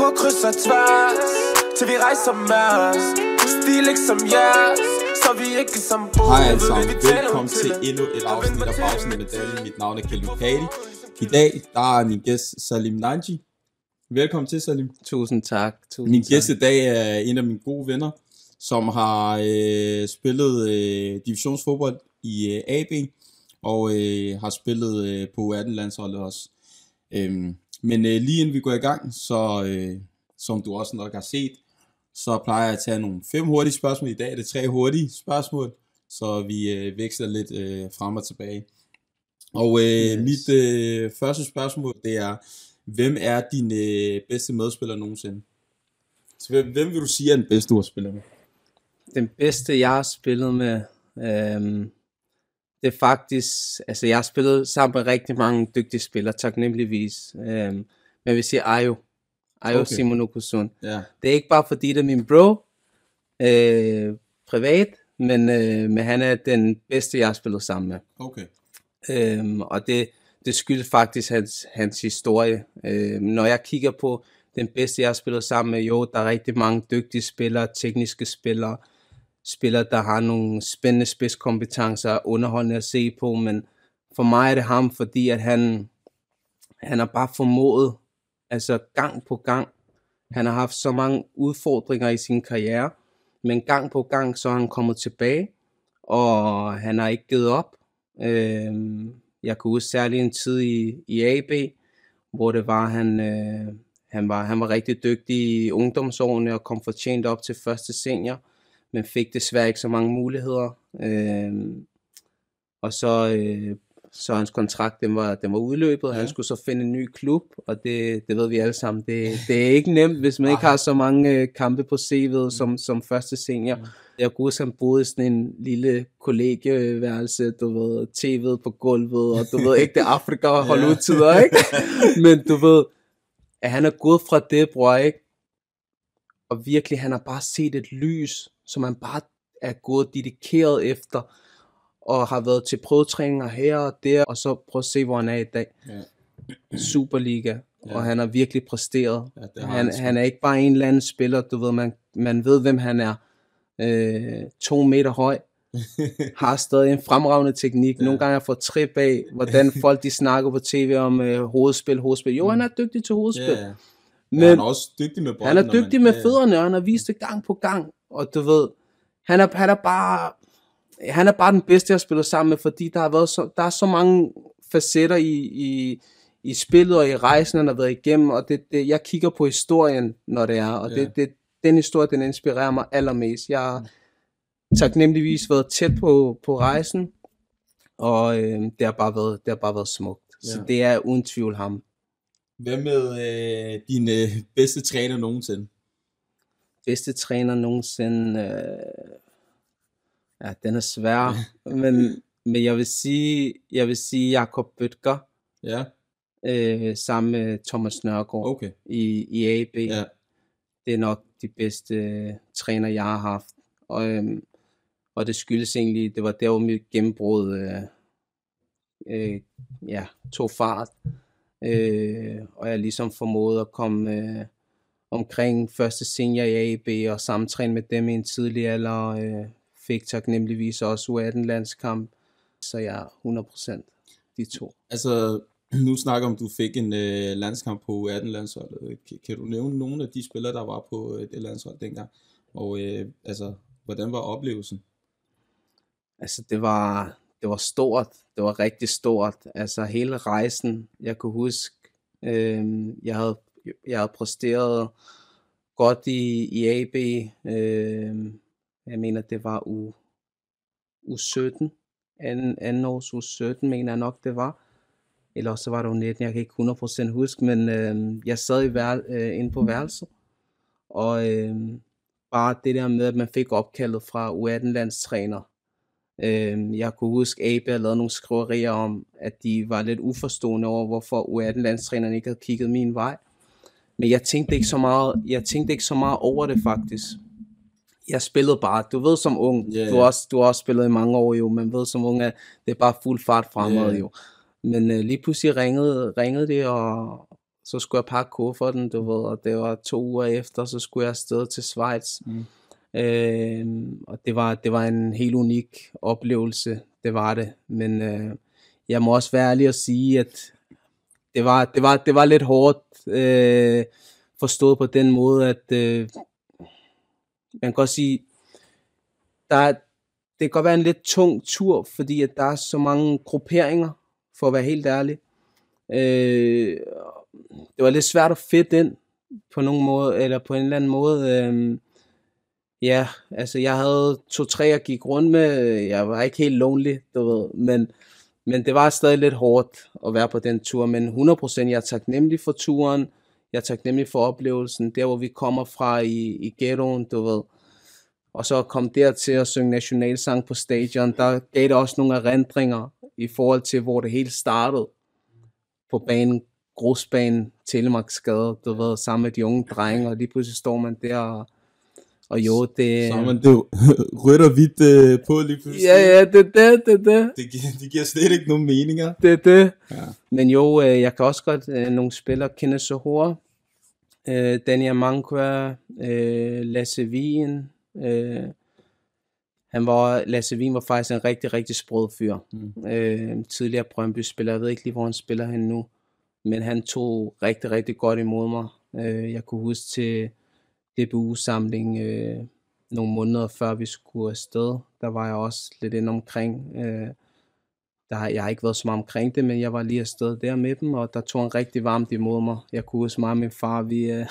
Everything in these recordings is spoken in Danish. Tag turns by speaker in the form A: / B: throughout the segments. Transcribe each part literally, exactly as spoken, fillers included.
A: på kryds og tværs, til vi rejser Mars. Stil ikke som jeres, så vi ikke som bo.
B: Hej alle sammen, velkommen til endnu et afsnit af Pausen i Medaljen. Mit navn er Kelvin Kadi. I dag der er min gæst Salim Nanji. Velkommen til, Salim.
C: Tusind tak. Tusind
B: min
C: tak.
B: gæst i dag er en af mine gode venner, som har øh, spillet øh, divisionsfodbold i øh, A B, og øh, har spillet øh, på U atten-landsholdet også. Øhm, men øh, lige inden vi går i gang, så øh, som du også nok har set, så plejer jeg at tage nogle fem hurtige spørgsmål. I dag er det tre hurtige spørgsmål, så vi øh, veksler lidt øh, frem og tilbage. Og øh, yes. mit øh, første spørgsmål, det er, hvem er din øh, bedste medspiller nogensinde? Så hvem, hvem vil du sige er den bedste, du har spillet med?
C: Den bedste, jeg har spillet med, øhm, det er faktisk, altså jeg har spillet sammen med rigtig mange dygtige spillere, taknemmeligvis. Øhm, men jeg vil sige Ayo. Ayo okay. Simonokusun. Ja. Det er ikke bare fordi, det er min bro, øh, privat, men, øh, men han er den bedste, jeg har spillet sammen med.
B: Okay.
C: Øhm, og det, det skyldes faktisk hans, hans historie. Øhm, når jeg kigger på den bedste, jeg har spillet sammen med, jo, der er rigtig mange dygtige spillere, tekniske spillere, spillere, der har nogle spændende spidskompetencer, underholdende at se på, men for mig er det ham, fordi at han, han har bare formået, altså gang på gang, han har haft så mange udfordringer i sin karriere, men gang på gang, så er han kommet tilbage, og han har ikke givet op. Øhm, jeg kunne huske særligt en tid i, i A B, hvor det var, han, øh, han, var, han var rigtig dygtig i ungdomsårene, og kom fortjent op til første senior, men fik desværre ikke så mange muligheder. Øhm, og så, øh, så hans kontrakt, den var, den var udløbet, og han skulle så finde en ny klub, og det, det ved vi alle sammen, det, det er ikke nemt, hvis man ikke har så mange øh, kampe på C V'et som, som første senior. Jeg kunne huske, han boede i sådan en lille kollegieværelse, du ved, T V'et på gulvet, og du ved ikke, det er Afrika og hold ud tider, ikke? Men du ved, at han er gået fra det, bror, ikke? Og virkelig, han har bare set et lys, som han bare er gået dedikeret efter, og har været til prøvetræninger her og der, og så prøv at se, hvor han er i dag. Ja. Superliga, ja. Og han har virkelig præsteret. Ja, han, han er ikke bare en eller anden spiller, du ved, man, man ved, hvem han er. Øh, to meter høj, har stadig en fremragende teknik. Ja. Nogle gange har jeg fået tre bag, hvordan folk de snakker på tv om øh, hovedspil, hovedspil. Jo, han er dygtig til hovedspil.
B: Ja, ja. Men ja, han er også dygtig med bolden.
C: Han er dygtig man, med fødderne, og han har vist det gang på gang. Og du ved, han er, han er bare han er bare den bedste, jeg har spillet sammen med, fordi der har været så, der er så mange facetter i, i, i spillet og i rejsen, han har været igennem, og det, det, jeg kigger på historien, når det er, og ja. det, det, den historie, den inspirerer mig allermest. Jeg har taknemmeligvis været tæt på, på rejsen, og øh, det, har bare været, det har bare været smukt. Ja. Så det er uden tvivl ham.
B: Hvad med øh, din øh, bedste træner nogensinde?
C: Bedste træner nogensinde? Øh, ja, den er svær. men, men jeg vil sige, jeg vil sige Jakob Bødker.
B: Ja.
C: Øh, sammen med Thomas Nørgaard
B: okay.
C: i, i A B.
B: Ja.
C: Det er nok de bedste øh, træner, jeg har haft. Og, øhm, og det skyldes egentlig, det var der, hvor mit gennembrud øh, øh, ja, tog fart. Øh, og jeg ligesom formåede at komme øh, omkring første senior i A B og sammentræne med dem i en tidlig alder. Øh, fik taknemmeligvis også U atten-landskamp. Så jeg er hundrede procent de to.
B: Altså, nu snakker om, du fik en øh, landskamp på U atten-landsholdet. Kan, kan du nævne nogle af de spillere, der var på øh, det landshold dengang? Og øh, altså, hvordan var oplevelsen?
C: Altså, det var, det var stort. Det var rigtig stort. Altså, hele rejsen, jeg kunne huske, øh, jeg, havde, jeg havde præsteret godt i, i A B. Øh, jeg mener, det var u, U sytten. Anden, anden års U sytten, mener jeg nok, det var. Eller også var det jo nitten, jeg kan ikke hundrede procent huske, men øh, jeg sad i vær, øh, inde på værelset, og øh, bare det der med, at man fik opkaldet fra U atten-landstræner. Øh, jeg kunne huske, at A B havde lavet nogle skriverier om, at de var lidt uforstående over, hvorfor U atten-landstræneren ikke havde kigget min vej. Men jeg tænkte ikke så meget, jeg tænkte ikke så meget over det faktisk. Jeg spillede bare, du ved som ung, yeah. du, har også, du har også spillet i mange år jo, man ved som ung, at det er bare fuld fart fremad yeah. jo. Men øh, lige pludselig ringede, ringede det, og så skulle jeg pakke kufferten, du ved, og det var to uger efter, så skulle jeg afsted til Schweiz. Mm. Øh, og det var, det var en helt unik oplevelse, det var det. Men øh, jeg må også være ærlig at sige, at det var, det var, det var lidt hårdt øh, forstået på den måde, at øh, man kan godt sige, der, det kan godt være en lidt tung tur, fordi at der er så mange grupperinger, for at være helt ærlig. Øh, det var lidt svært at fedte ind på nogen måde, eller på en eller anden måde. Øh, ja, altså jeg havde to-tre, jeg gik rundt med. Jeg var ikke helt lonely, du ved, men, men det var stadig lidt hårdt at være på den tur. Men hundrede procent jeg er taknemmelig for turen. Jeg er taknemmelig for oplevelsen. Der, hvor vi kommer fra i, i ghettoen, du ved. Og så kom der til at synge nationalsang på stadion. Der gav det også nogle erindringer i forhold til, hvor det hele startede. På banen, grusbanen, Telemarksgade, du ved, sammen med de unge drenge, og lige pludselig står man der, og, og jo, det...
B: Så man det rødt og hvidt øh, på lige pludselig.
C: Ja, ja, det er det, det er det.
B: Det, det giver slet ikke nogen meninger.
C: Det er det.
B: Ja.
C: Men jo, øh, jeg kan også godt øh, nogle spillere kende så hurtigt. Øh, Daniel Mankwa, øh, Lasse Wien. Øh, han var, Lasse Wien var faktisk en rigtig, rigtig sprød fyr. Mm. Øh, tidligere Brøndby-spiller, jeg ved ikke lige, hvor han spiller hen nu. Men han tog rigtig, rigtig godt imod mig. Øh, jeg kunne huske til D B U-samling øh, nogle måneder før vi skulle afsted. Der var jeg også lidt inde omkring. Øh, der, jeg har ikke været så meget omkring det, men jeg var lige afsted der med dem, og der tog han rigtig varmt imod mig. Jeg kunne huske mig og min far, vi, øh,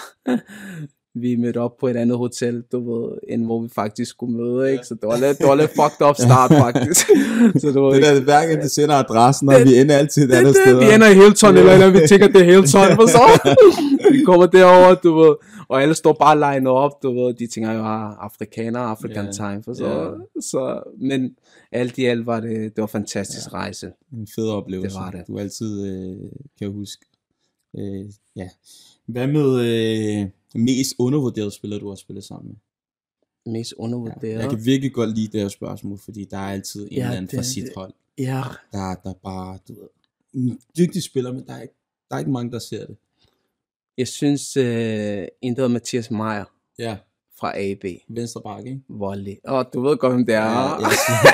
C: vi mødte op på et andet hotel, du ved, end hvor vi faktisk skulle møde, ikke? Så det var lidt, det var lidt fucked up start, faktisk. Så det var
B: det der, hver gang det sender adressen, og det, vi ender altid et
C: det,
B: andet
C: det,
B: sted.
C: Vi ender i Hilton, eller, eller vi tænker, det er Hilton, for så vi kommer derover, du ved, og alle står bare legnet op, du ved, de tænker jo, ah, afrikaner, African yeah. time, for så, yeah. så, men alt i alt var det, det var en fantastisk ja. rejse.
B: En fed oplevelse,
C: det var det.
B: Du altid øh, kan huske. Øh, ja. Hvad med øh, mest undervurderede spiller, du har spillet sammen med?
C: Mest undervurderet?
B: Ja, jeg kan virkelig godt lide det her spørgsmål, fordi der er altid en ja, eller anden fra sit
C: det.
B: hold.
C: Ja.
B: Der, der bare, du ved, en dygtig spiller, men der er, ikke, der er ikke mange, der ser det.
C: Jeg synes, øh, en der hedder Mathias Meyer.
B: Ja.
C: Fra A B.
B: Venstre bakke, ikke?
C: Volley. Åh, oh, du ved godt, hvem det er. Ja,
B: jeg,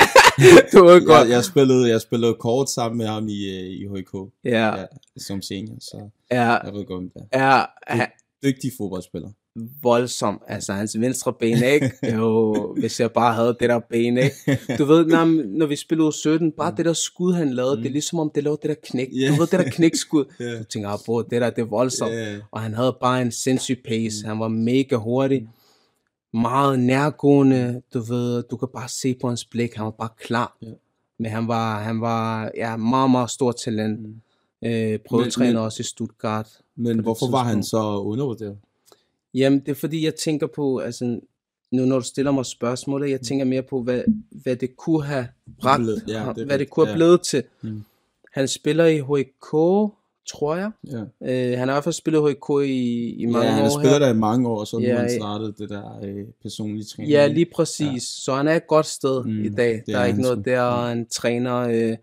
C: du ved godt.
B: Jeg, jeg, spillede, jeg spillede kort sammen med ham i, i H K.
C: Ja.
B: Ja. Som senior, så
C: ja.
B: jeg ved godt, hvem det
C: er. Ja. Han,
B: dygtig fodboldspiller.
C: Voldsom. Altså, hans venstre ben, ikke? Jo, hvis jeg bare havde det der ben, ikke? Du ved, når, når vi spillede sytten, bare mm. det der skud, han lavede, mm. det er ligesom om, det lavede det der knæk. Yeah. Du ved, det der knækskud. Yeah. Du tænker, på det der, det er voldsomt. Yeah. Og han havde bare en sindssyg pace. Mm. Han var mega hurtig. Meget nærgående. Du ved, du kan bare se på hans blik. Han var bare klar. Yeah. Men han var, han var ja, meget, meget stort talent. Mm. Øh, prøvetræner også i Stuttgart.
B: Men hvorfor var han så undervurderet?
C: Jamen, det er fordi, jeg tænker på, altså, nu når du stiller mig spørgsmålet, jeg tænker mere på, hvad, hvad det kunne have bragt, ja, det, hvad det kunne have ja. blevet til. Mm. Han spiller i H K, tror jeg. Ja. Øh, han har i hvert fald spillet H K i, i mange år.
B: Ja, han har spillet der i mange år, så
C: ja,
B: nu han startede det der øh, personlige træning.
C: Ja, lige præcis. Ja. Så han er et godt sted mm, i dag. Der er, er ikke noget der, han træner øh,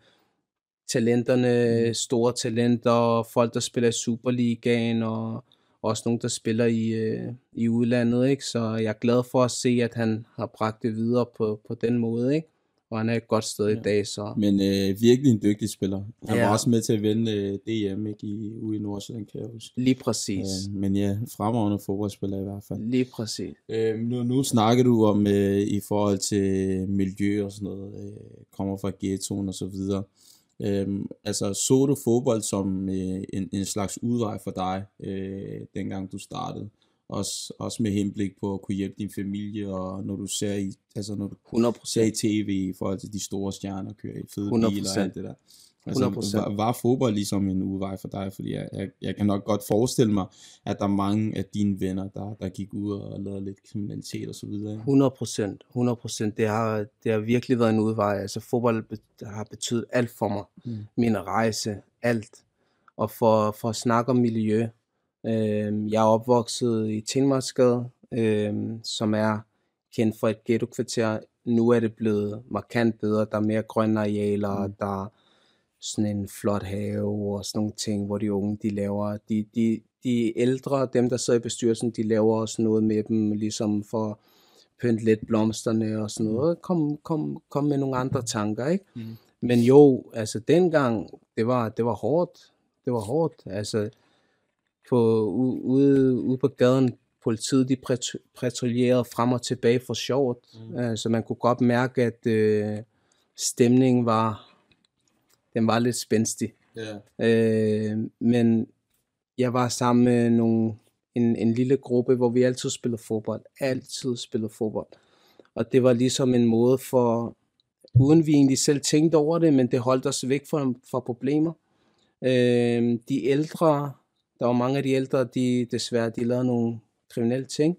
C: talenterne, mm. store talenter, folk, der spiller i Superligaen, og også nogen, der spiller i, øh, i udlandet, ikke? Så jeg er glad for at se, at han har bragt det videre på, på den måde, ikke? Og han er et godt sted ja. i dag, så...
B: Men øh, virkelig en dygtig spiller. Han ja. var også med til at vinde øh, D M, ikke? I, ude i Nordsjælland, kan jeg huske.
C: Lige præcis.
B: Øh, men ja, fremragende fodboldspiller i hvert fald.
C: Lige præcis.
B: Øh, nu, nu snakker du om, øh, i forhold til miljø og sådan noget, øh, kommer fra ghettoen og så videre. Øhm, altså så du fodbold som øh, en, en slags udvej for dig, øh, dengang du startede, også, også med henblik på at kunne hjælpe din familie, og når du ser i, altså når du
C: hundrede procent.
B: ser i tv i forhold til de store stjerner kører i fede biler og alt det der. Altså,
C: hundrede procent.
B: Var, var fodbold ligesom en udvej for dig? Fordi jeg, jeg, jeg kan nok godt forestille mig, at der er mange af dine venner, der, der gik ud og lavede lidt kriminalitet og så videre.
C: hundrede procent. hundrede procent. Det har, det har virkelig været en udvej. Altså fodbold har betydet alt for mig. Mm. Min rejse, alt. Og for, for at snakke om miljø. Øh, jeg er opvokset i Telemarksgade, øh, som er kendt for et ghettokvarter. Nu er det blevet markant bedre. Der er mere grønne arealer, mm. der sådan en flot have og sådan nogle ting, hvor de unge, de laver, de, de, de ældre, dem der sidder i bestyrelsen, de laver også noget med dem, ligesom for pynt lidt blomsterne og sådan noget, kom, kom, kom med nogle andre tanker, ikke? Mm. Men jo, altså dengang, det var, det var hårdt, det var hårdt, altså på, ude, ude på gaden, politiet, de patruljerede frem og tilbage for sjovt, mm. uh, så man kunne godt mærke, at uh, stemningen var, den var lidt spændstig. Yeah. Uh, men jeg var sammen med nogle, en, en lille gruppe, hvor vi altid spillede fodbold, altid spillede fodbold, og det var ligesom en måde for, uden vi egentlig selv tænkte over det, men det holdt os væk fra, fra problemer. Uh, de ældre, der var mange af de ældre, de desværre, de lavede nogle kriminelle ting,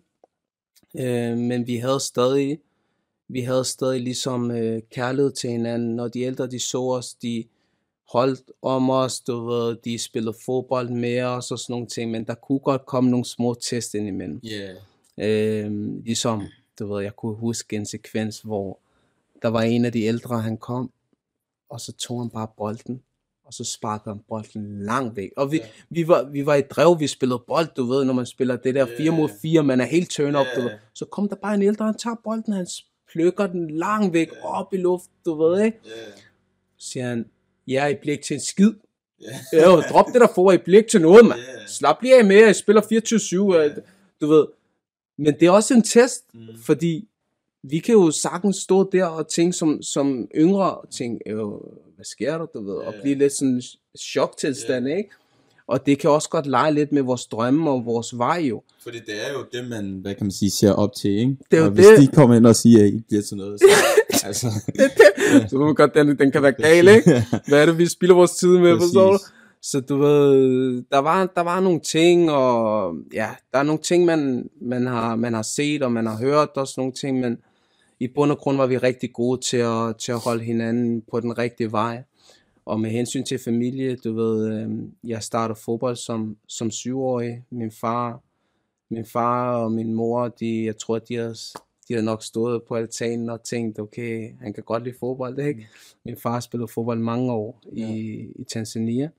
C: øh, men vi havde stadig, vi havde stadig ligesom øh, kærlighed til hinanden. Når de ældre, de så os, de holdt om os, du ved, de spillede fodbold med os og sådan nogle ting, men der kunne godt komme nogle små test ind imellem. Yeah. Øh, ligesom, du ved, jeg kunne huske en sekvens, hvor der var en af de ældre, han kom, og så tog han bare bolden, og så sparkede han bolden langt væk. Og vi, yeah. vi, var, vi var i drev, vi spillede bold, du ved, når man spiller det der fire mod fire, man er helt turn up, yeah. du ved. Så kom der bare en ældre, han tager bolden, han plukker den langt væk, yeah. op i luft, du ved, ikke? Yeah. Så siger han, ja, I bliver ikke til en skid. Yeah. Jo, drop det der for, I bliver ikke til noget, mand. Yeah. Slap lige af med, jeg spiller fireogtyve syv, yeah. du ved. Men det er også en test, mm. fordi vi kan jo sagtens stå der og tænke som, som yngre, og tænke, hvad sker der, du ved, yeah. og blive lidt sådan choktilstand, yeah. ikke? Og det kan også godt lege lidt med vores drømme og vores vej jo. Fordi
B: det er jo det, man, hvad kan man sige, ser op til, ikke?
C: Det er
B: og
C: jo
B: hvis
C: det.
B: de kommer ind og siger, at I bliver til noget, så... altså,
C: det er det. Ja. Så du godt, den, den kan være gal, ikke? Hvad er det, vi spilder vores tid med, forstår du? Så du ved, der var, der var nogle ting, og ja, der er nogle ting, man, man, har, man har set, og man har hørt også nogle ting, men i bund og grund var vi rigtig gode til at, til at holde hinanden på den rigtige vej. Og med hensyn til familie, du ved, øh, jeg startede fodbold som, som syvårig. Min far, min far og min mor, de, jeg tror, de har, de har nok stået på altanen og tænkt, okay, han kan godt lide fodbold, ikke? Min far spillede fodbold mange år i, ja. i Tanzania.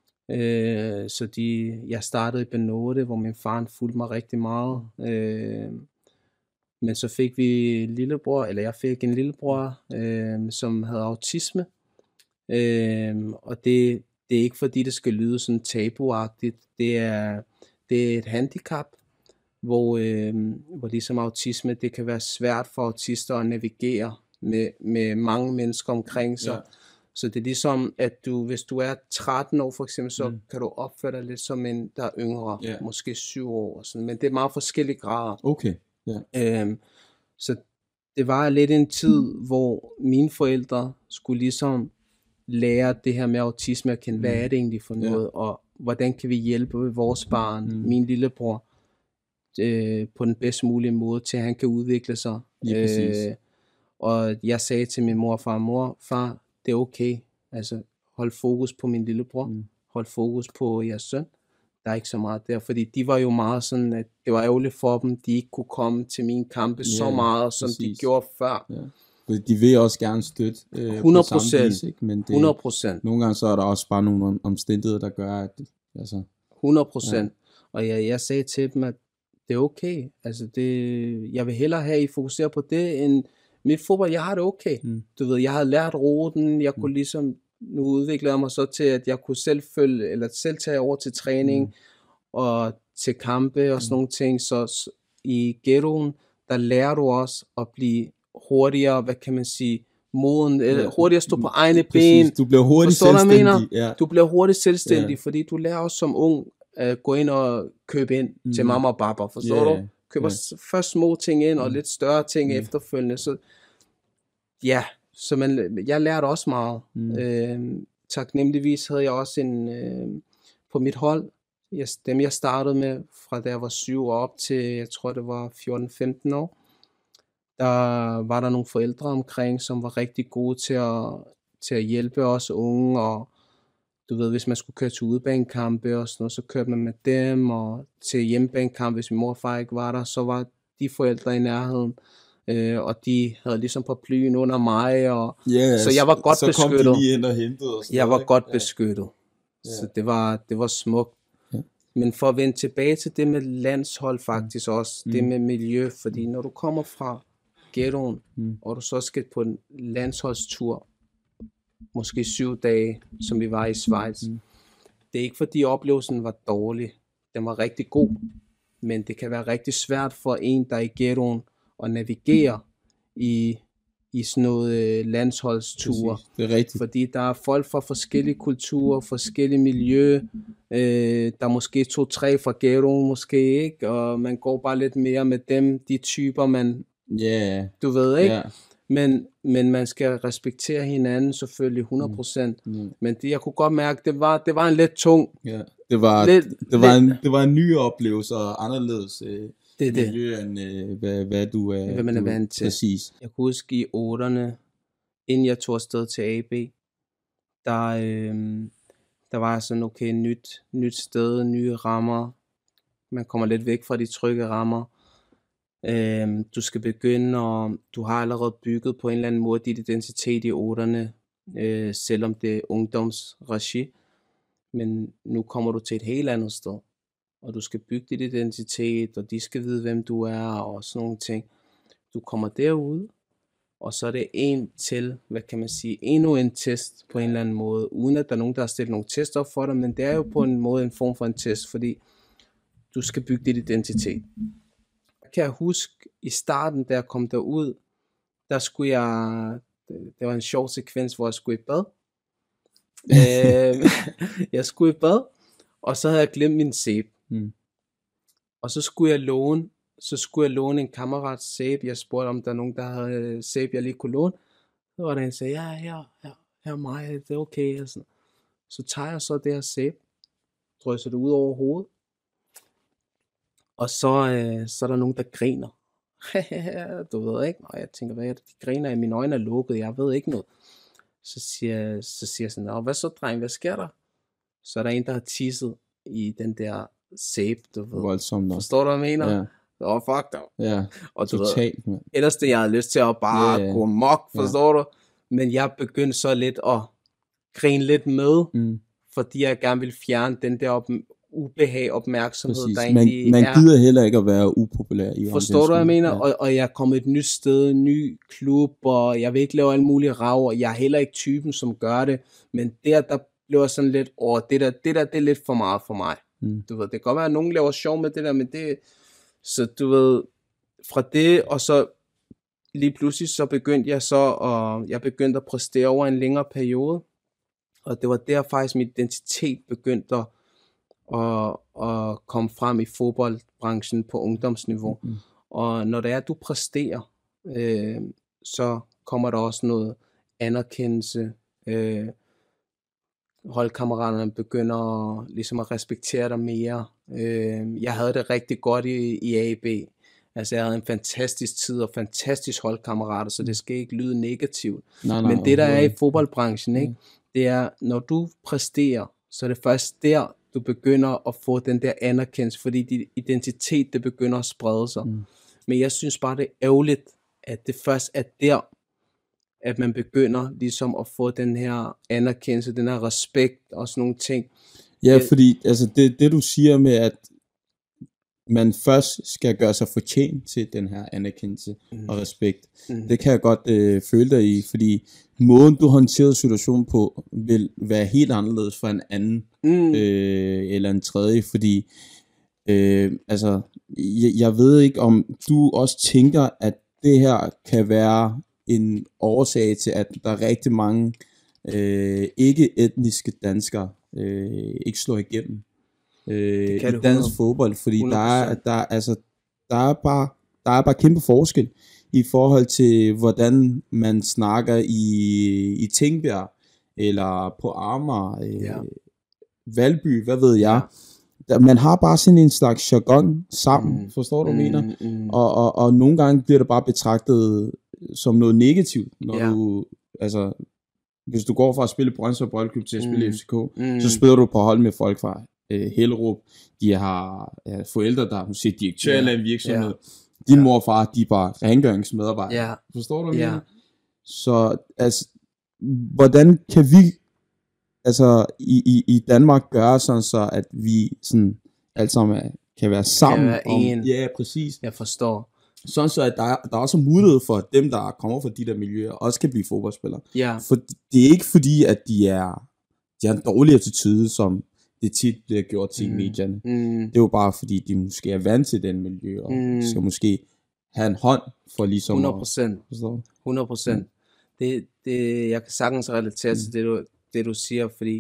C: Øh, så de, jeg startede i Benote, hvor min far fulgte mig rigtig meget. Øh, men så fik vi en lillebror, eller jeg fik en lillebror, øh, som havde autisme. Øhm, og det, det er ikke fordi det skal lyde sådan tabuagtigt, det er, det er et handicap, hvor, øhm, hvor ligesom autisme, det kan være svært for autister at navigere med, med mange mennesker omkring sig. Ja. Så det er ligesom, at du, hvis du er tretten år for eksempel, så mm. kan du opføre dig lidt som en, der er yngre, yeah. måske syv år, sådan. Men det er meget forskellige grader.
B: Okay. Yeah.
C: Øhm, så det var lidt en tid, hvor mine forældre skulle ligesom lære det her med autisme at kende, mm. hvad er det egentlig for noget, ja. Og hvordan kan vi hjælpe vores barn, mm. min lillebror, øh, på den bedst mulige måde, til at han kan udvikle sig. Øh, og jeg sagde til min mor og far, mor, far, det er okay, altså hold fokus på min lillebror, mm. hold fokus på jeres søn, der er ikke så meget der, fordi de var jo meget sådan, at det var ærgerligt for dem, de ikke kunne komme til mine kampe ja, så meget, som præcis. De gjorde før. Ja.
B: De vil også gerne støtte øh,
C: hundrede procent,
B: vis, ikke? Men det,
C: hundrede procent.
B: Nogle gange så er der også bare nogle omstændigheder, der gør, at altså,
C: hundrede procent. Ja. Og jeg, jeg sagde til dem, at det er okay. Altså det, jeg vil hellere have, at I fokuserer på det, end mit fodbold. Jeg har det okay. Mm. Du ved, jeg havde lært ruten. Jeg kunne ligesom, nu udvikle jeg mig så til, at jeg kunne selv følge, eller selv tage over til træning, mm. og til kampe og sådan mm. nogle ting. Så, så i ghettoen, der lærer du også at blive hurtigere, hvad kan man sige, moden, eller hurtigere stå på egne ben.
B: Du bliver hurtigt selvstændig.
C: Ja. Du bliver hurtigt selvstændig, ja. Fordi du lærer også som ung at gå ind og købe ind mm. til mamma og baba, forstår yeah. du? Køber yeah. først små ting ind, og mm. lidt større ting mm. efterfølgende. Så ja, så man, jeg lærte også meget. Mm. Øh, taknemmeligvis havde jeg også en, øh, på mit hold, jeg, dem jeg startede med, fra da jeg var syv og op til, jeg tror det var fjorten femten år, der var der nogle forældre omkring, som var rigtig gode til at, til at hjælpe os unge, og du ved, hvis man skulle køre til udebanekampe og sådan noget, så kørte man med dem, og til hjemmebanekampe, hvis min mor og far ikke var der, så var de forældre i nærheden. øh, og de havde ligesom på plyen under mig, og
B: Yeah,
C: så jeg var godt
B: så
C: beskyttet.
B: Så kom de lige ind og hentede os.
C: Jeg var
B: ikke?
C: godt
B: Ja.
C: beskyttet,
B: Ja.
C: så det var, det var smukt.
B: Ja.
C: Men for at vende tilbage til det med landshold faktisk også,
B: Mm.
C: det med miljø, fordi når du kommer fra ghettoen,
B: Mm.
C: og du så skal på en landsholdstur, måske syv dage, som vi var i Schweiz,
B: Mm.
C: det er ikke fordi oplevelsen var dårlig, den var rigtig god, men det kan være rigtig svært for en, der er i ghettoen, at navigere i, i sådan noget øh, landsholdsture.
B: Præcis. Det er rigtigt.
C: Fordi der er folk fra forskellige kulturer, forskellige miljø, øh, der er måske to-tre fra ghettoen måske, ikke? Og man går bare lidt mere med dem, de typer, man,
B: Ja. Yeah.
C: du ved, ikke?
B: Ja.
C: Men, men man skal respektere hinanden selvfølgelig hundrede procent.
B: Mm.
C: Men det, jeg kunne godt mærke, det var, det var en lidt tung.
B: Ja. Det var,
C: Lidt-
B: det, var
C: lidt-
B: en, det var en ny oplevelse og anderledes øh,
C: Det er det.
B: miljø, end øh, hvad, hvad du er,
C: Hvad man er
B: du,
C: vant til.
B: Præcis.
C: Jeg kunne huske i otterne, inden jeg tog afsted til A B, der, øh, der var sådan, okay, nyt, nyt sted, nye rammer. Man kommer lidt væk fra de trygge rammer. Øh, du skal begynde, og du har allerede bygget på en eller anden måde dit identitet i otterne, øh, selvom det er ungdomsregi. Men nu kommer du til et helt andet sted, og du skal bygge dit identitet, og de skal vide, hvem du er, og sådan nogle ting. Du kommer derud, og så er det en til, hvad kan man sige, endnu en test på en eller anden måde, uden at der er nogen, der har stillet nogle test op for dig, men det er jo på en måde en form for en test, fordi du skal bygge dit identitet. Jeg kan huske, i starten, da jeg kom derud, der skulle jeg, det var en sjov sekvens, hvor jeg skulle i bad. øh, jeg skulle i bad, og så havde jeg glemt min sæbe.
B: Mm.
C: Og så skulle jeg låne, så skulle jeg låne en kammerats sæbe. Jeg spurgte, om der er nogen, der havde sæbe, jeg lige kunne låne. Så var der en, der sagde, ja, ja, ja, her er mig, det er okay. Og sådan. Så tager jeg så det her sæbe, drysser det ud over hovedet, og så, øh, så er der nogen, der griner. Du ved ikke, og jeg tænker, hvad er det, de griner, mine øjne er lukket, jeg ved ikke noget. Så siger, så siger jeg sådan, Nå, hvad så, dreng, hvad sker der? Så er der en, der har tisset i den der sæbe, du ved.
B: Voldsomt nok.
C: Forstår du, hvad jeg mener?
B: Ja.
C: Åh, oh, fuck dig.
B: Ja.
C: Og du ved,
B: Totalt, mand.
C: ellers det, jeg havde lyst til at bare
B: Ja, ja.
C: gå mok, forstår du? Men jeg begyndte så lidt at grine lidt med,
B: Mm.
C: fordi jeg gerne ville fjerne den der op- ubehag, opmærksomhed,
B: Præcis.
C: der
B: Man,
C: egentlig
B: man
C: er.
B: gider heller ikke at være upopulær i
C: Forstår du, hvad jeg mener?
B: Ja.
C: Og, og jeg er kommet et nyt sted, en ny klub, og jeg vil ikke lave alle mulige rav, og jeg er heller ikke typen, som gør det. Men der, der blev jeg sådan lidt, åh, det der, det der, det er lidt for meget for mig.
B: Mm.
C: Du ved, det kan godt være, at nogen laver sjov med det der, men det, så du ved, fra det, og så lige pludselig, så begyndte jeg så, og jeg begyndte at præstere over en længere periode, og det var der faktisk min identitet begyndte at, at, at komme frem i fodboldbranchen på ungdomsniveau.
B: Mm.
C: Og når det er, at du præsterer, øh, så kommer der også noget anerkendelse. Øh, holdkammeraterne begynder at, ligesom at respektere dig mere. Øh, jeg havde det rigtig godt i, i A B. Altså, jeg havde en fantastisk tid og fantastisk holdkammerater, så det skal ikke lyde negativt.
B: Nej, nej,
C: Men det, der er i
B: overhovedet
C: fodboldbranchen, ikke, det er, når du præsterer, så er det først der, du begynder at få den der anerkendelse, fordi din identitet, det begynder at sprede sig.
B: Mm.
C: Men jeg synes bare, det er ærgerligt, at det først er der, at man begynder ligesom at få den her anerkendelse, den her respekt og sådan nogle ting.
B: Ja, fordi altså, det, det du siger med, at man først skal gøre sig fortjent til den her anerkendelse mm. og respekt,
C: Mm.
B: det kan jeg godt øh, føle dig i, fordi måden du håndterede situationen på, vil være helt anderledes for en anden
C: Mm.
B: øh, eller en tredje, fordi øh, altså, jeg, jeg ved ikke, om du også tænker, at det her kan være en årsag til, at der er rigtig mange øh, ikke-etniske danskere øh, ikke slår igennem øh, i
C: det
B: dansk
C: hundrede
B: fodbold, fordi der er,
C: procent.
B: der, altså, der, er bare, der er bare kæmpe forskel i forhold til, hvordan man snakker i, i Tingbjerg, eller på Amager, øh,
C: Ja.
B: Valby, hvad ved jeg. Der, man har bare sådan en slags jargon sammen,
C: Mm.
B: forstår du, hvad jeg mener?
C: Mm, mm.
B: Og, og, og nogle gange bliver det bare betragtet som noget negativt, når
C: Ja.
B: du, altså, hvis du går fra at spille Brøndshøj Boldklub til at spille
C: Mm.
B: F C K,
C: Mm.
B: så spiller du på hold med folk fra øh, Hellerup. De har ja, forældre, der er måske direktør
C: Ja.
B: eller en virksomhed. Din mor og far, de er bare rengøringsmedarbejdere.
C: Ja.
B: Forstår du, hvad
C: Ja.
B: jeg mener? Så altså, hvordan kan vi altså i, i, i Danmark gøre sådan så, at vi sådan alle sammen er, kan være sammen?
C: være
B: om,
C: en.
B: Ja, præcis.
C: Jeg forstår.
B: Sådan så, at der, er- der er også mulighed for, at dem, der kommer fra de der miljøer, også kan blive fodboldspillere.
C: Ja.
B: For det er ikke fordi, at de er, de har en dårlig attitude, som det tit bliver gjort til mm. medierne.
C: Mm.
B: Det er jo bare fordi, de måske er vant til den miljø, og
C: Mm.
B: skal måske have en hånd for ligesom
C: hundrede
B: at...
C: procent.
B: Forstår du?
C: hundrede procent. Mm. Det, det, jeg kan sagtens relatere til det du, det, du siger, fordi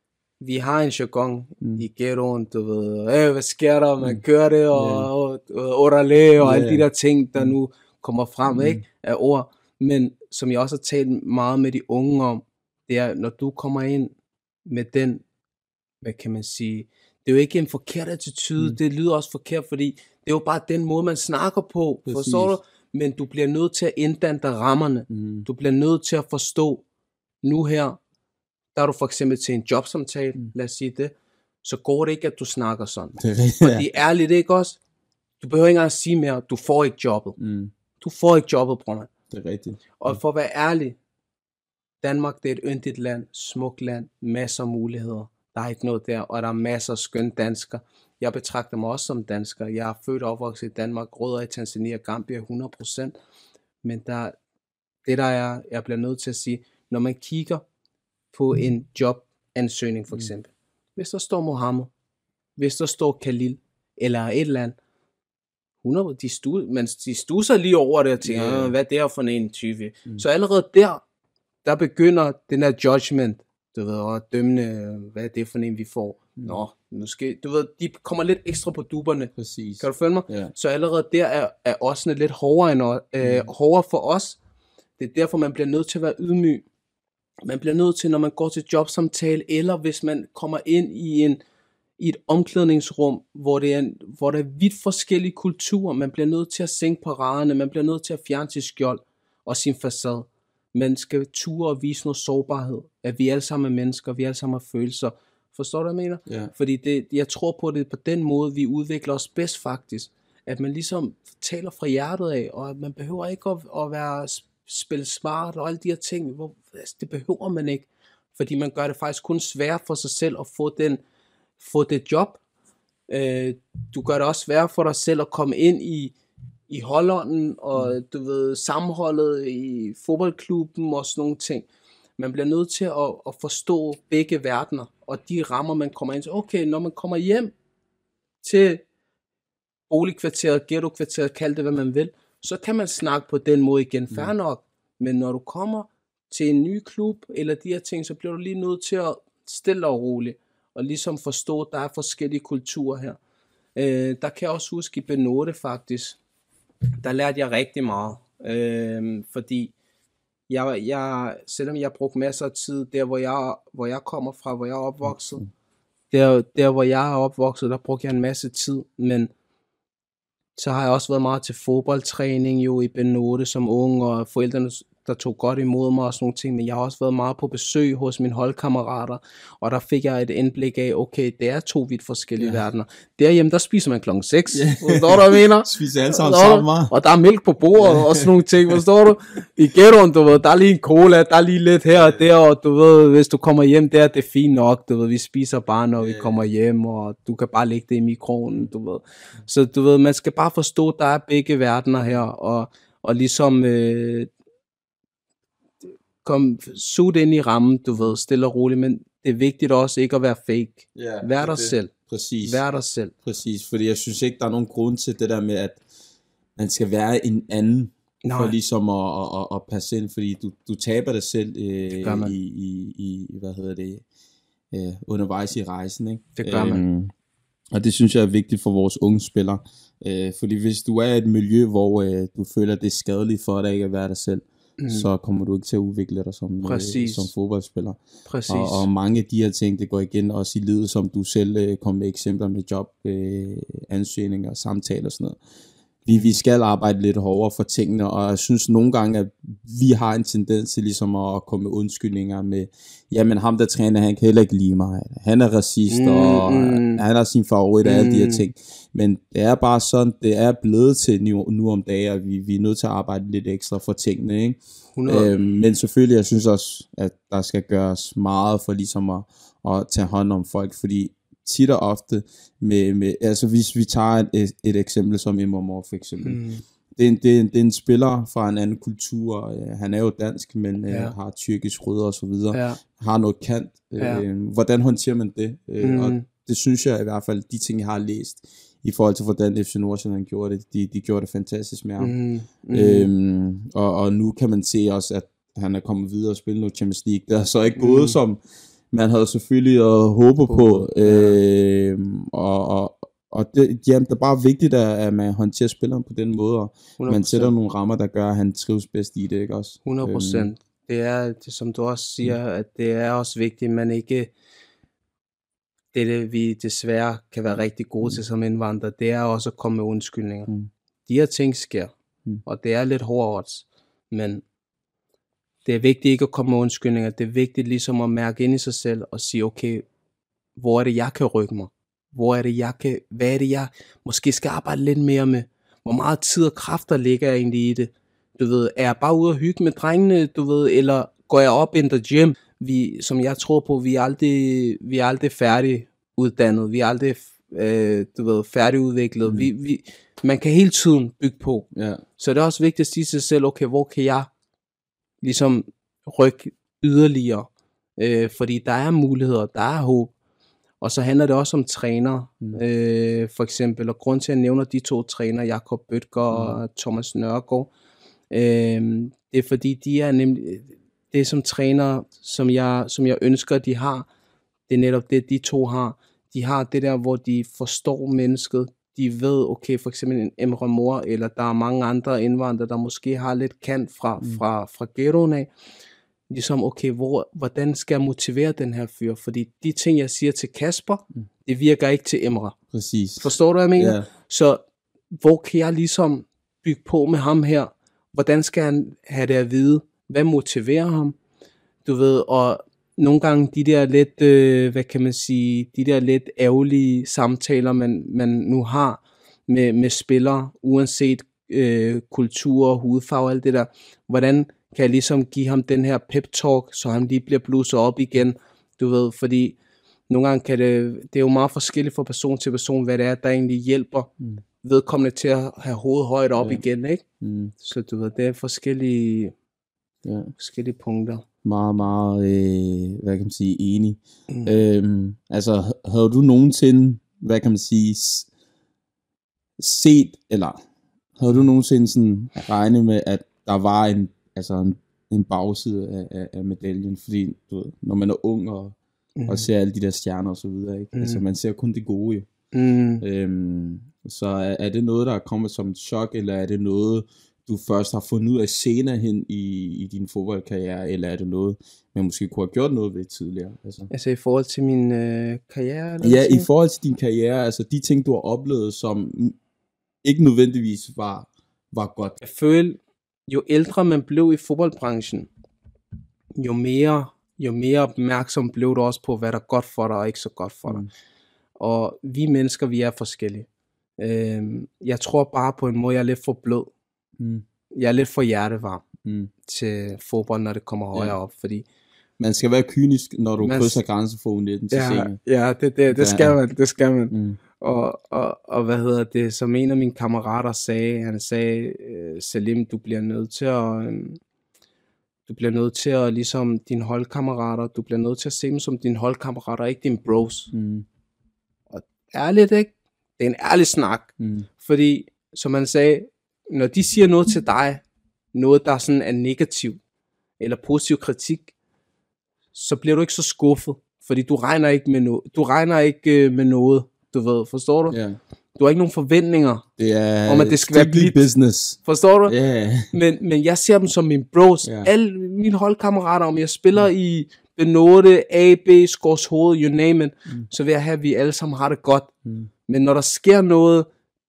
C: vi har en jargon
B: Mm.
C: i ghettoen, du ved, hey, hvad sker der, man
B: Mm.
C: kører det, og,
B: Yeah.
C: og, og orale, og alle
B: Yeah.
C: de der ting, der
B: Mm.
C: nu kommer frem,
B: Mm.
C: ikke, af ord. Men som jeg også har talt meget med de unge om, det er, når du kommer ind med den, hvad kan man sige, det er jo ikke en forkert attitude,
B: Mm.
C: det lyder også forkert, fordi det er jo bare den måde, man snakker på,
B: Præcis.
C: forstår du? Men du bliver nødt til at inddanne rammerne.
B: Mm.
C: Du bliver nødt til at forstå, nu her, der er du for eksempel til en jobsamtale,
B: Mm.
C: lad os sige det, så går det ikke, at du snakker sådan.
B: Det er rigtigt.
C: Det er ærligt, ikke også? Du behøver ikke engang at sige mere, du får ikke jobbet.
B: Mm.
C: Du får ikke jobbet, bror man.
B: Det er rigtigt.
C: Og for at være ærlig, Danmark, det er et yndigt land, smukt land, masser af muligheder. Der er ikke noget der, og der er masser af skønne danskere. Jeg betragter mig også som dansker. Jeg er født og opvokset i Danmark, rødder i Tanzania, Gambia hundrede procent. Men der, det der er, jeg bliver nødt til at sige, når man kigger på en jobansøgning for eksempel, hvis der står Mohammed, hvis der står Khalil, eller et eller andet, hundrede, de, stu, man, de stusser lige over det og tænker,
B: Ja.
C: yeah. hvad er det her for en type?
B: Mm.
C: Så allerede der, der begynder den der judgment, du ved, og dømmende, hvad er det for en, vi får?
B: Mm.
C: Nå, nu skal, du ved, de kommer lidt ekstra på duberne.
B: Præcis.
C: Kan du følge mig?
B: Ja.
C: Så allerede der er, er åsene lidt hårdere, end, o- øh,
B: Mm.
C: hårdere for os. Det er derfor, man bliver nødt til at være ydmyg. Man bliver nødt til, når man går til jobsamtale, eller hvis man kommer ind i, en, i et omklædningsrum, hvor, det er en, hvor der er vidt forskellige kulturer, man bliver nødt til at sænke paraderne, man bliver nødt til at fjerne sit skjold og sin facade. Man skal ture og vise noget sårbarhed, at vi alle sammen er mennesker, vi alle sammen har følelser. Forstår du, hvad jeg mener?
B: Ja.
C: Fordi det, jeg tror på, det på den måde, vi udvikler os bedst faktisk. At man ligesom taler fra hjertet af, og at man behøver ikke at, at være spille smart og alle de her ting. Hvor, altså, det behøver man ikke. Fordi man gør det faktisk kun svært for sig selv at få, den, få det job. Øh, du gør det også svært for dig selv at komme ind i, i holdånden, og du ved, sammenholdet i fodboldklubben og sådan nogle ting. Man bliver nødt til at, at forstå begge verdener, og de rammer, man kommer ind til. Okay, når man kommer hjem til boligkvarteret, ghettokvarteret, kald det hvad man vil, så kan man snakke på den måde igen, fair
B: Mm.
C: nok. Men når du kommer til en ny klub, eller de her ting, så bliver du lige nødt til at stille og roligt, og ligesom forstå, at der er forskellige kulturer her. Øh, der kan jeg også huske i Benote faktisk, der lærte jeg rigtig meget, øh, fordi jeg, jeg, selvom jeg brugte masser af tid der, hvor jeg, hvor jeg kommer fra, hvor jeg er opvokset, der, der hvor jeg er opvokset, der brugte jeg en masse tid, men så har jeg også været meget til fodboldtræning jo i Benote som ung, og forældrene, der tog godt imod mig og sådan nogle ting, men jeg har også været meget på besøg hos mine holdkammerater, og der fik jeg et indblik af, okay, det er to vidt forskellige
B: Ja.
C: verdener. Derhjemme, der spiser man klokken seks,
B: Ja.
C: forstår du, hvad jeg mener?
B: Spiser alle sammen
C: Forstår du?
B: sammen, hva'?
C: Og der er mælk på bordet og sådan nogle ting, forstår du? I ghettoen, du ved, der er lige en cola, der er lige lidt her og der, og du ved, hvis du kommer hjem der, det er fint nok, du ved, vi spiser bare, når vi
B: Ja.
C: kommer hjem, og du kan bare lægge det i mikroen, du ved. Så du ved, man skal bare forstå, at der er begge verdener her, og, og ligesom øh, kom sut ind i rammen, du ved, stille og roligt, men det er vigtigt også ikke at være fake.
B: Ja,
C: Vær
B: det
C: dig
B: er det.
C: selv.
B: Præcis.
C: Vær dig selv.
B: Præcis, fordi jeg synes ikke, der er nogen grund til det der med, at man skal være en anden,
C: Nej.
B: for ligesom at, at, at, at passe ind, fordi du, du taber dig selv
C: gør
B: øh,
C: man.
B: i, i, i, hvad hedder det, øh, undervejs i rejsen, ikke?
C: Det gør man.
B: Øhm, og det synes jeg er vigtigt for vores unge spillere, øh, fordi hvis du er i et miljø, hvor øh, du føler, det er skadeligt for dig ikke at være dig selv,
C: Mm.
B: så kommer du ikke til at udvikle dig som, øh,
C: Præcis.
B: som fodboldspiller.
C: Præcis.
B: Og, og mange af de her ting, det går igen også i livet, som du selv øh, kom med eksempler med job, øh, ansøgninger, samtaler og sådan noget. vi, vi skal arbejde lidt hårdere for tingene, og jeg synes nogle gange, at vi har en tendens til ligesom at komme med undskyldninger med, jamen ham der træner, han kan heller ikke lide mig, han er racist, mm, og mm. han har sin favorit og mm. alle de her ting. Men det er bare sådan, det er blevet til nu, nu om dagen, og vi, vi er nødt til at arbejde lidt ekstra for tingene, ikke? Øhm, men selvfølgelig, jeg synes også, at der skal gøres meget for ligesom at, at tage hånd om folk, fordi tit og ofte, med, med, altså hvis vi tager et, et eksempel som Emre Mor for eksempel, mm. det, er en, det, er en, det er en spiller fra en anden kultur, han er jo dansk, men ja. øh, har tyrkisk rødder og så videre, ja. har noget kant, ja. øh, hvordan håndterer man det? Mm. Og det synes jeg i hvert fald, de ting jeg har læst, i forhold til hvordan F C Nordsjælland gjorde det, de, de gjorde det fantastisk med ham. Mm. Mm. Øhm, og, og nu kan man se også, at han er kommet videre og spille noget Champions League. Det er så ikke gået mm. som man havde selvfølgelig at håbe på, øh, og, og, og det, jamen, det er bare vigtigt, at man håndterer spilleren på den måde, og hundrede procent. Man sætter nogle rammer, der gør, at han trives bedst i det, ikke også?
C: hundrede procent. Øhm. Det er, det, som du også siger, at det er også vigtigt, at man ikke, det er det, vi desværre kan være rigtig gode mm. til som indvandrere, det er også at komme med undskyldninger. Mm. De her ting sker, mm. og det er lidt hårdt, men det er vigtigt ikke at komme med undskyldninger. Det er vigtigt ligesom at mærke ind i sig selv og sige, okay, hvor er det, jeg kan rykke mig? Hvor er det, jeg kan, hvad er det, jeg måske skal arbejde lidt mere med? Hvor meget tid og kræfter ligger jeg egentlig i det? Du ved, er jeg bare ude og hygge med drengene, du ved, eller går jeg op in the gym? Vi, som jeg tror på, vi er aldrig, vi er aldrig færdiguddannet. Vi er aldrig, øh, du ved, færdigudviklet. Mm. Vi, vi, man kan hele tiden bygge på. Yeah. Så det er også vigtigt at sige til sig selv, okay, hvor kan jeg ligesom rykke yderligere, øh, fordi der er muligheder, der er håb, og så handler det også om træner, mm. øh, for eksempel, og grund til at jeg nævner de to træner, Jakob Bødker mm. og Thomas Nørgaard, øh, det er fordi, de er nemlig, det som træner, som jeg, som jeg ønsker, de har, det er netop det, de to har, de har det der, hvor de forstår mennesket, de ved, okay, for eksempel en Emre Mor, eller der er mange andre indvandrere, der måske har lidt kant fra, mm. fra, fra ghettoen af. Ligesom, okay, hvor, hvordan skal jeg motivere den her fyr? Fordi de ting, jeg siger til Kasper, mm. det virker ikke til Emre.
B: Præcis.
C: Forstår du, hvad jeg mener? Yeah. Så hvor kan jeg ligesom bygge på med ham her? Hvordan skal han have det at vide? Hvad motiverer ham? Du ved, og nogle gange de der lidt, øh, hvad kan man sige, de der lidt ærgerlige samtaler, man, man nu har med, med spillere, uanset øh, kultur, hudfarve og alt det der, hvordan kan jeg ligesom give ham den her pep talk, så han lige bliver blusset op igen, du ved, fordi nogle gange kan det, det er jo meget forskelligt fra person til person, hvad det er, der egentlig hjælper mm. vedkommende til at have hovedet højt op ja. igen, ikke? Mm. Så du ved, det er forskellige, ja. forskellige punkter.
B: Meget, meget, øh, hvad kan man sige, enig. Mm. Øhm, altså, havde du nogensinde, hvad kan man sige, set, eller havde du nogensinde sådan regnet med, at der var en, altså en, en bagside af, af, af medaljen? Fordi, du ved, når man er ung og, mm. og ser alle de der stjerner og så videre, ikke? Mm. Altså, man ser kun det gode, jo. Mm. Øhm, så er, er det noget, der er kommet som et chok, eller er det noget, du først har fundet ud af senere hen i, i din fodboldkarriere, eller er det noget, man måske kunne have gjort noget ved tidligere? Altså,
C: altså i forhold til min øh, karriere? Eller
B: ja, i forhold til din karriere, altså de ting, du har oplevet, som ikke nødvendigvis var, var godt.
C: Jeg føler, jo ældre man blev i fodboldbranchen, jo mere, jo mere opmærksom blev du også på, hvad der er godt for dig og ikke så godt for dig. Mm. Og vi mennesker, vi er forskellige. Øhm, jeg tror bare på en måde, jeg er lidt for blød. Mm. Jeg er lidt for hjertevarm mm. til fodbold, når det kommer højere ja. op, fordi
B: man skal være kynisk, når du man... krydser grænsen fra U nitten til
C: ja,
B: senere.
C: Ja, det, det, det skal man, det skal man. Mm. Og, og, og hvad hedder det, som en af mine kammerater sagde, han sagde, Salim, du bliver nødt til at, du bliver nødt til at, ligesom dine holdkammerater, du bliver nødt til at se dem som dine holdkammerater, ikke dine bros. Mm. Og ærligt, ikke? Det er en ærlig snak, mm. fordi, som han sagde, når de siger noget til dig, noget der sådan er negativ, eller positiv kritik, så bliver du ikke så skuffet, fordi du regner ikke med noget, du regner ikke med noget, du ved, forstår du? Yeah. Du har ikke nogen forventninger,
B: det er
C: om at det skal være blidt.
B: Business.
C: Forstår du?
B: Yeah.
C: Men, men jeg ser dem som mine bros, yeah. alle mine holdkammerater, om jeg spiller mm. i Benode, A B, Skovshoved, you name it, mm. så vil jeg have, at vi alle sammen har det godt. Mm. Men når der sker noget,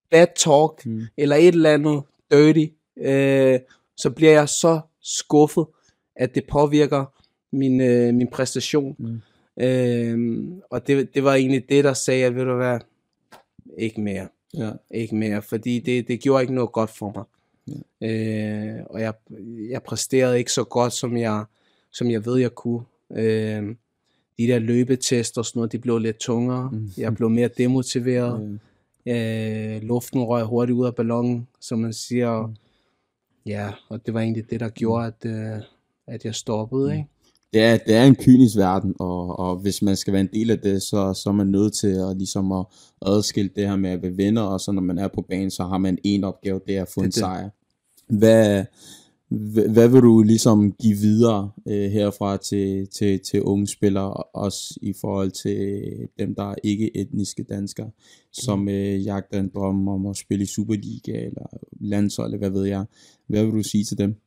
C: bad talk,
B: Mm.
C: eller et eller andet dirty, øh, så bliver jeg så skuffet, at det påvirker min, øh, min præstation.
B: Mm.
C: Øh, og det, det var egentlig det, der sagde, at ved du hvad, ikke mere.
B: Ja.
C: Ikke mere, fordi det, det gjorde ikke noget godt for mig.
B: Ja.
C: Øh, og jeg, jeg præsterede ikke så godt, som jeg, som jeg ved, jeg kunne. Øh, de der løbetester og sådan noget, de blev lidt tungere. Mm. Jeg blev mere demotiveret. Mm. Øh, luften røg hurtigt ud af ballonen, som man siger. Mm. Ja, og det var egentlig det, der gjorde, at, øh, at jeg stoppede, ikke?
B: Det er, det er en kynisk verden, og, og hvis man skal være en del af det, så, så er man nødt til at, ligesom at adskille det her med at være venner, og så når man er på banen, så har man en opgave, det er at få det en det. sejr. Hvad, hvad, hvad vil du ligesom give videre øh, herfra til, til, til unge spillere, også i forhold til dem, der er ikke etniske danskere, som øh, jagter en drøm om at spille i Superliga eller landshold, eller hvad ved jeg. Hvad vil du sige til dem?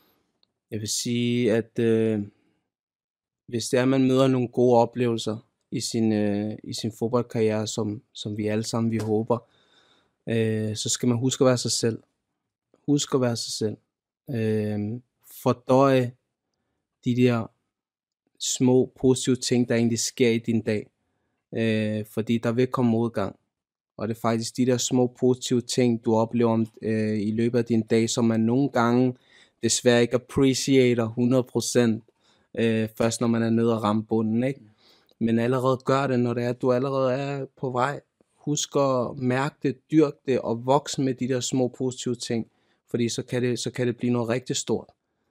C: Jeg vil sige, at øh, hvis det er, at man møder nogle gode oplevelser i sin, øh, i sin fodboldkarriere, som, som vi alle sammen vi håber, øh, så skal man huske at være sig selv. Husk at være sig selv. Øh, fordøje de der små positive ting, der egentlig sker i din dag. Øh, fordi der vil komme modgang. Og det er faktisk de der små positive ting, du oplever øh, i løbet af din dag, som man nogle gange desværre ikke appreciater hundrede procent, øh, først når man er nede og ramme bunden, ikke? Men allerede gør det, når det er, at du allerede er på vej. Husk at mærke det, dyrke det og vokse med de der små positive ting, fordi så kan det, så kan det blive noget rigtig stort.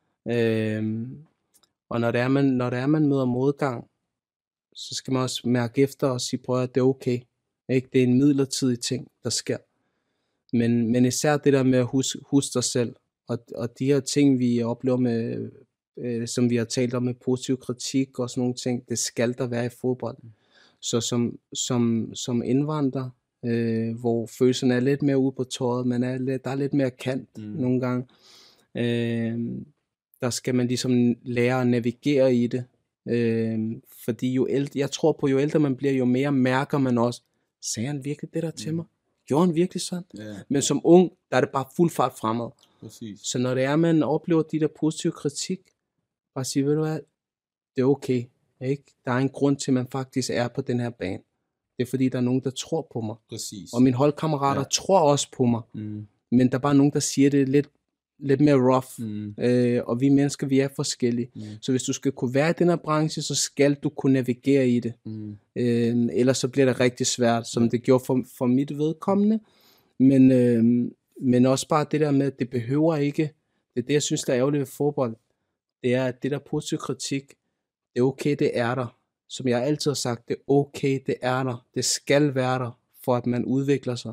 C: Øh, og når det, er, man, når det er, man møder modgang, så skal man også mærke efter og sige, prøv at det er okay. Ikke? Det er en midlertidig ting, der sker. Men, men især det der med at huske, huske dig selv, og, og de her ting, vi oplever med, øh, som vi har talt om med positiv kritik og sådan nogle ting, det skal der være i fodbold. Så som, som, som indvandrer, øh, hvor følelserne er lidt mere ude på tøjet, men er lidt, der er lidt mere kant mm. nogle gange, øh, der skal man ligesom lære at navigere i det. Øh, fordi jo ældre, jeg tror på, jo ældre man bliver, jo mere mærker man også, sagde han virkelig det der til mig? Gjorde han virkelig sådan? Yeah. Men som ung, der er det bare fuld fart fremad. Præcis. Så når det er, man oplever de der positive kritik, bare sige, ved du hvad, det er okay. Ikke? Der er en grund til, at man faktisk er på den her bane. Det er fordi, der er nogen, der tror på mig. Præcis. Og mine holdkammerater ja. tror også på mig. Mm. Men der er bare nogen, der siger det lidt, lidt mere rough. Mm. Øh, og vi mennesker, vi er forskellige. Mm. Så hvis du skal kunne være i den her branche, så skal du kunne navigere i det. Mm. Øh, ellers så bliver det rigtig svært, som mm. det gjorde for, for mit vedkommende. Men, øh, men også bare det der med, at det behøver ikke. Det er det, jeg synes, der er ærgerligt ved fodbold. Det er, at det der positiv kritik, det er okay, det er der. Som jeg altid har sagt, det er okay, det er der. Det skal være der, for at man udvikler sig.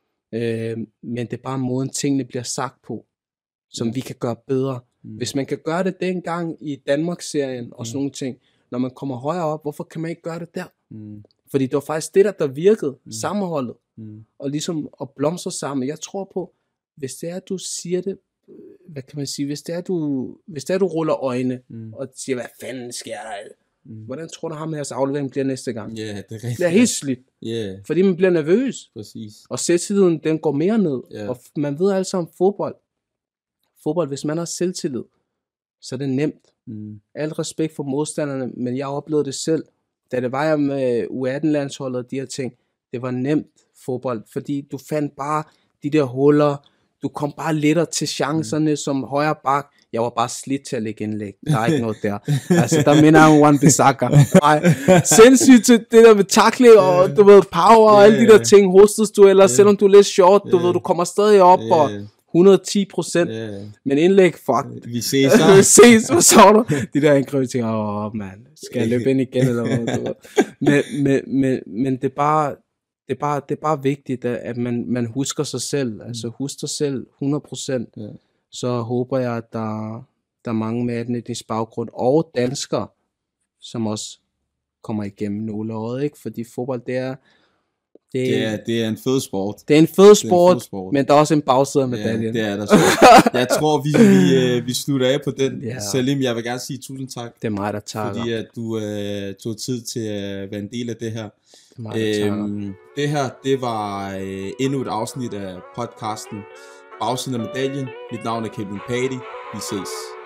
C: Øh, men det er bare måden, tingene bliver sagt på, som mm. vi kan gøre bedre. Mm. Hvis man kan gøre det dengang i Danmarksserien og sådan mm. nogle ting, når man kommer højere op, hvorfor kan man ikke gøre det der? Mm. Fordi det var faktisk det, der, der virkede, mm. sammenholdet, mm. og ligesom at blomstre sammen. Jeg tror på, hvis det er, at du siger det, hvad kan man sige, hvis det er, du, hvis det er, du ruller øjne, mm. og siger, hvad fanden sker der? Mm. Hvordan tror du, ham jeres aflevering bliver næste gang?
B: Ja, yeah, det er rigtigt.
C: Det er helt slidt.
B: Yeah.
C: Fordi man bliver nervøs.
B: Præcis.
C: Og selvtilliden, den går mere ned.
B: Yeah.
C: Og man ved altså om fodbold. Fodbold, hvis man har selvtillid, så er det nemt. Mm. Al respekt for modstanderne, men jeg oplevede det selv. Da det var jeg med U atten-landsholdet og de her ting, det var nemt fodbold, fordi du fandt bare de der huller, du kom bare lettere til chancerne mm. som højre bak. Jeg var bare slidt til at lægge indlæg. Der er ikke noget der. Altså, der minder jeg om Wan-Bissaka. Nej, sindssygt til det der med tackling og, du ved, power og yeah. alle de der ting, hovedstødsdueller, yeah. selvom du er lidt short, du yeah. ved, du kommer stadig op yeah. og hundrede og ti procent. Yeah. Men indlæg, fuck.
B: Vi ses så.
C: Vi ses, hvad så du? De der indgreb, jeg tænker, åh, oh, man, skal jeg løbe ind igen, eller hvad, du ved. Men, men, men, men det er bare, det er bare, det er bare vigtigt, at man, man husker sig selv. Altså, husk dig selv hundrede procent. Yeah. Så håber jeg, at der, der er mange med den etnisk baggrund, og danskere, som også kommer igennem nåleøjet, ikke? Fordi fodbold, det er, det,
B: det, er, det er en fed sport.
C: Det er en fed sport, en fed sport. Men der er også en bagside af medaljen.
B: Ja, det er der så. Jeg tror, vi, vi, vi slutter af på den. Ja. Salim, jeg vil gerne sige tusind tak.
C: Det er mig, der takker.
B: Fordi at du uh, tog tid til at være en del af det her. Øhm, det her, det var øh, endnu et afsnit af podcasten Bagsiden af medaljen. Mit navn er Kevin Patti. Vi ses.